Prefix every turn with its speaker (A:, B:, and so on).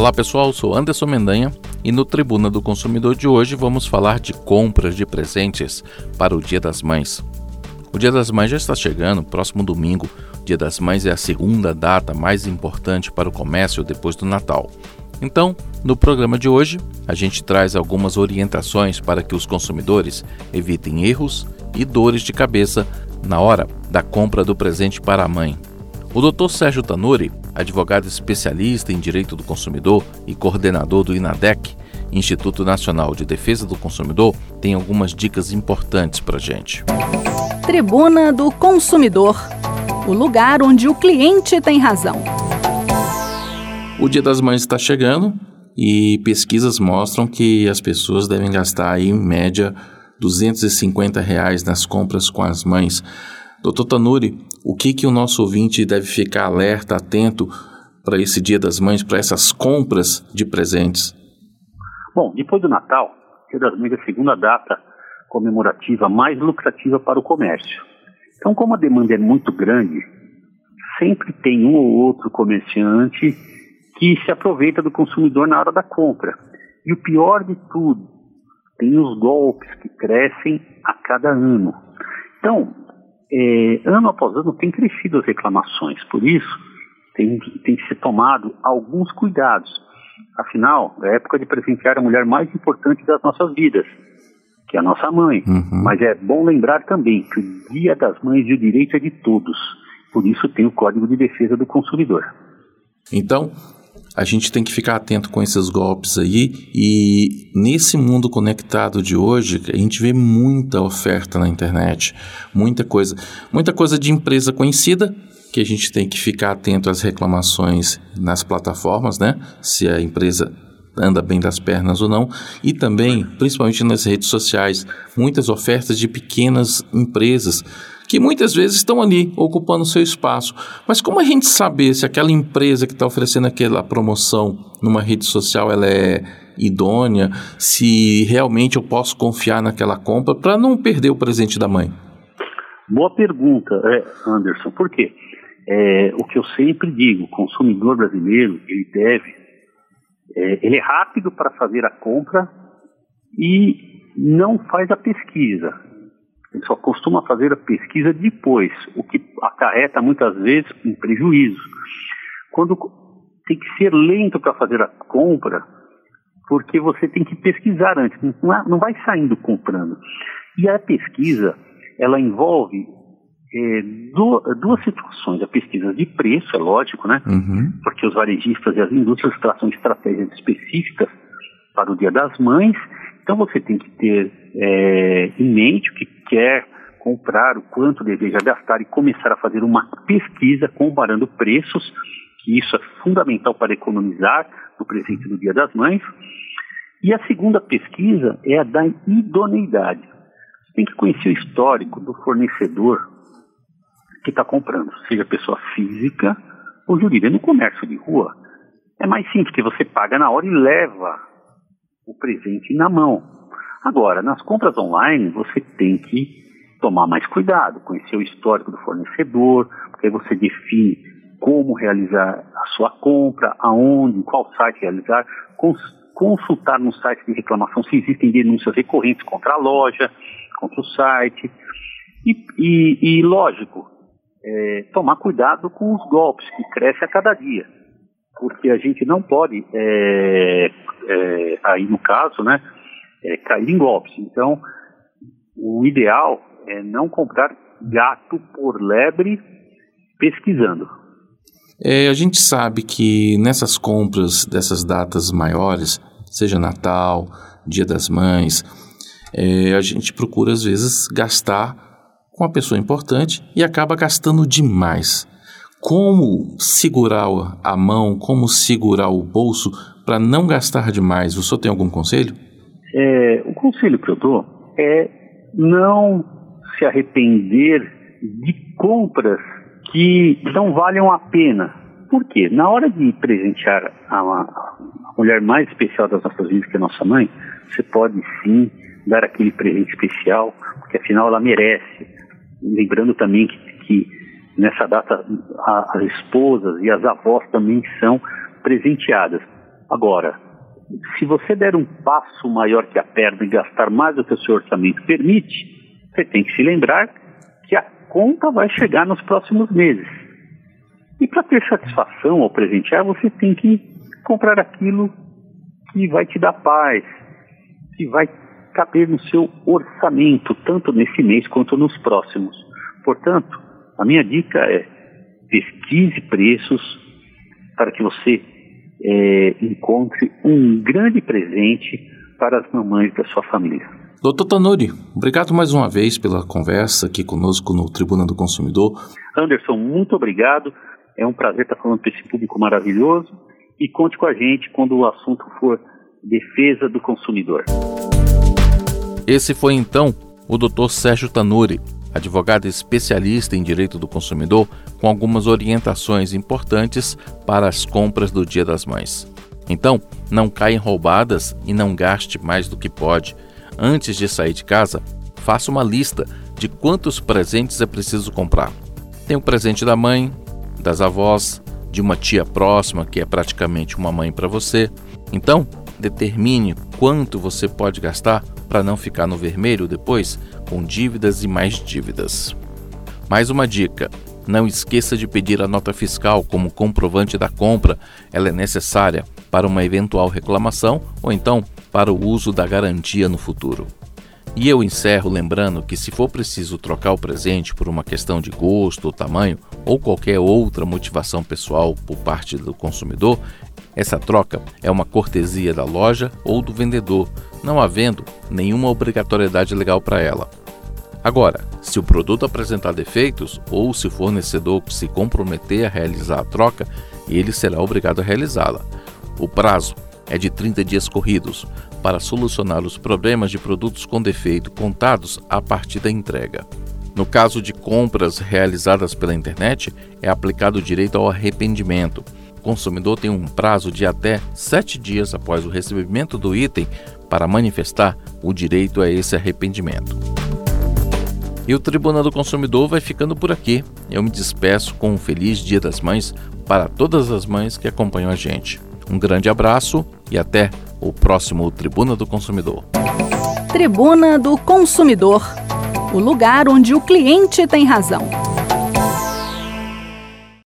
A: Olá pessoal, sou Anderson Mendanha e no Tribuna do Consumidor de hoje vamos falar de compras de presentes para o Dia das Mães. O Dia das Mães já está chegando, próximo domingo. O Dia das Mães é a segunda data mais importante para o comércio depois do Natal. Então, no programa de hoje, a gente traz algumas orientações para que os consumidores evitem erros e dores de cabeça na hora da compra do presente para a mãe. O Dr. Sérgio Tanuri, advogado especialista em Direito do Consumidor e coordenador do INADEC, Instituto Nacional de Defesa do Consumidor, tem algumas dicas importantes para a gente.
B: Tribuna do Consumidor, o lugar onde o cliente tem razão.
A: O Dia das Mães está chegando e pesquisas mostram que as pessoas devem gastar aí, em média, R$ 250 nas compras com as mães. Dr. Tanuri, o que o nosso ouvinte deve ficar alerta, atento para esse Dia das Mães, para essas compras de presentes?
C: Bom, depois do Natal, o Dia das Mães é a segunda data comemorativa mais lucrativa para o comércio. Então, como a demanda é muito grande, sempre tem um ou outro comerciante que se aproveita do consumidor na hora da compra. E o pior de tudo, tem os golpes que crescem a cada ano. Então, ano após ano tem crescido as reclamações, por isso tem que ser tomado alguns cuidados. Afinal, é a época de presentear a mulher mais importante das nossas vidas, que é a nossa mãe. Mas é bom lembrar também que o Dia das Mães e o direito é de todos, por isso tem o Código de Defesa do Consumidor.
A: Então, a gente tem que ficar atento com esses golpes aí, e nesse mundo conectado de hoje, a gente vê muita oferta na internet, muita coisa de empresa conhecida, que a gente tem que ficar atento às reclamações nas plataformas, né? Se a empresa anda bem das pernas ou não, e também, principalmente nas redes sociais, muitas ofertas de pequenas empresas, que muitas vezes estão ali, ocupando o seu espaço. Mas como a gente saber se aquela empresa que está oferecendo aquela promoção numa rede social, ela é idônea, se realmente eu posso confiar naquela compra para não perder o presente da mãe?
C: Boa pergunta, Anderson. Por quê? O que eu sempre digo, o consumidor brasileiro, ele é rápido para fazer a compra e não faz a pesquisa. Ele só costuma fazer a pesquisa depois, o que acarreta muitas vezes em prejuízo. Quando tem que ser lento para fazer a compra, porque você tem que pesquisar antes, não vai saindo comprando. E a pesquisa, ela envolve duas situações. A pesquisa de preço, é lógico, né? Porque os varejistas e as indústrias traçam estratégias específicas para o Dia das Mães. Então você tem que ter em mente o que quer comprar, o quanto deseja gastar e começar a fazer uma pesquisa comparando preços, que isso é fundamental para economizar no presente do Dia das Mães. E a segunda pesquisa é a da idoneidade. Você tem que conhecer o histórico do fornecedor que está comprando, seja pessoa física ou jurídica. No comércio de rua é mais simples, porque você paga na hora e leva o presente na mão. Agora, nas compras online, você tem que tomar mais cuidado, conhecer o histórico do fornecedor, porque aí você define como realizar a sua compra, aonde, em qual site realizar, consultar no site de reclamação se existem denúncias recorrentes contra a loja, contra o site, e lógico, tomar cuidado com os golpes que crescem a cada dia, porque a gente não pode, aí no caso, né, cair em golpes. Então, o ideal é não comprar gato por lebre pesquisando.
A: A gente sabe que nessas compras dessas datas maiores, seja Natal, Dia das Mães, a gente procura às vezes gastar com uma pessoa importante e acaba gastando demais. Como segurar a mão, como segurar o bolso para não gastar demais? O senhor tem algum conselho?
C: O conselho que eu dou é não se arrepender de compras que não valham a pena. Por quê? Na hora de presentear a mulher mais especial das nossas vidas, que é a nossa mãe, você pode sim dar aquele presente especial, porque afinal ela merece. Lembrando também que nessa data as esposas e as avós também são presenteadas. Agora, se você der um passo maior que a perna e gastar mais do que o seu orçamento permite, você tem que se lembrar que a conta vai chegar nos próximos meses. E para ter satisfação ao presentear, você tem que comprar aquilo que vai te dar paz, que vai caber no seu orçamento, tanto nesse mês quanto nos próximos. Portanto, a minha dica é: pesquise preços para que você encontre um grande presente para as mamães da sua família.
A: Dr. Tanuri, obrigado mais uma vez pela conversa aqui conosco no Tribuna do Consumidor.
C: Anderson, muito obrigado. É um prazer estar falando para esse público maravilhoso. E conte com a gente quando o assunto for defesa do consumidor.
A: Esse foi então o Dr. Sérgio Tanuri, advogado especialista em direito do consumidor, com algumas orientações importantes para as compras do Dia das Mães. Então, não caia em roubadas e não gaste mais do que pode. Antes de sair de casa, faça uma lista de quantos presentes é preciso comprar. Tem o presente da mãe, das avós, de uma tia próxima que é praticamente uma mãe para você. Então, determine quanto você pode gastar para não ficar no vermelho depois com dívidas e mais dívidas. Mais uma dica: não esqueça de pedir a nota fiscal como comprovante da compra. Ela é necessária para uma eventual reclamação ou então para o uso da garantia no futuro. E eu encerro lembrando que, se for preciso trocar o presente por uma questão de gosto ou tamanho ou qualquer outra motivação pessoal por parte do consumidor, essa troca é uma cortesia da loja ou do vendedor, não havendo nenhuma obrigatoriedade legal para ela. Agora, se o produto apresentar defeitos ou se o fornecedor se comprometer a realizar a troca, ele será obrigado a realizá-la. O prazo é de 30 dias corridos para solucionar os problemas de produtos com defeito contados a partir da entrega. No caso de compras realizadas pela internet, é aplicado o direito ao arrependimento. O consumidor tem um prazo de até 7 dias após o recebimento do item para manifestar o direito a esse arrependimento. E o Tribuna do Consumidor vai ficando por aqui. Eu me despeço com um feliz Dia das Mães para todas as mães que acompanham a gente. Um grande abraço e até o próximo Tribuna do Consumidor.
B: Tribuna do Consumidor, o lugar onde o cliente tem razão.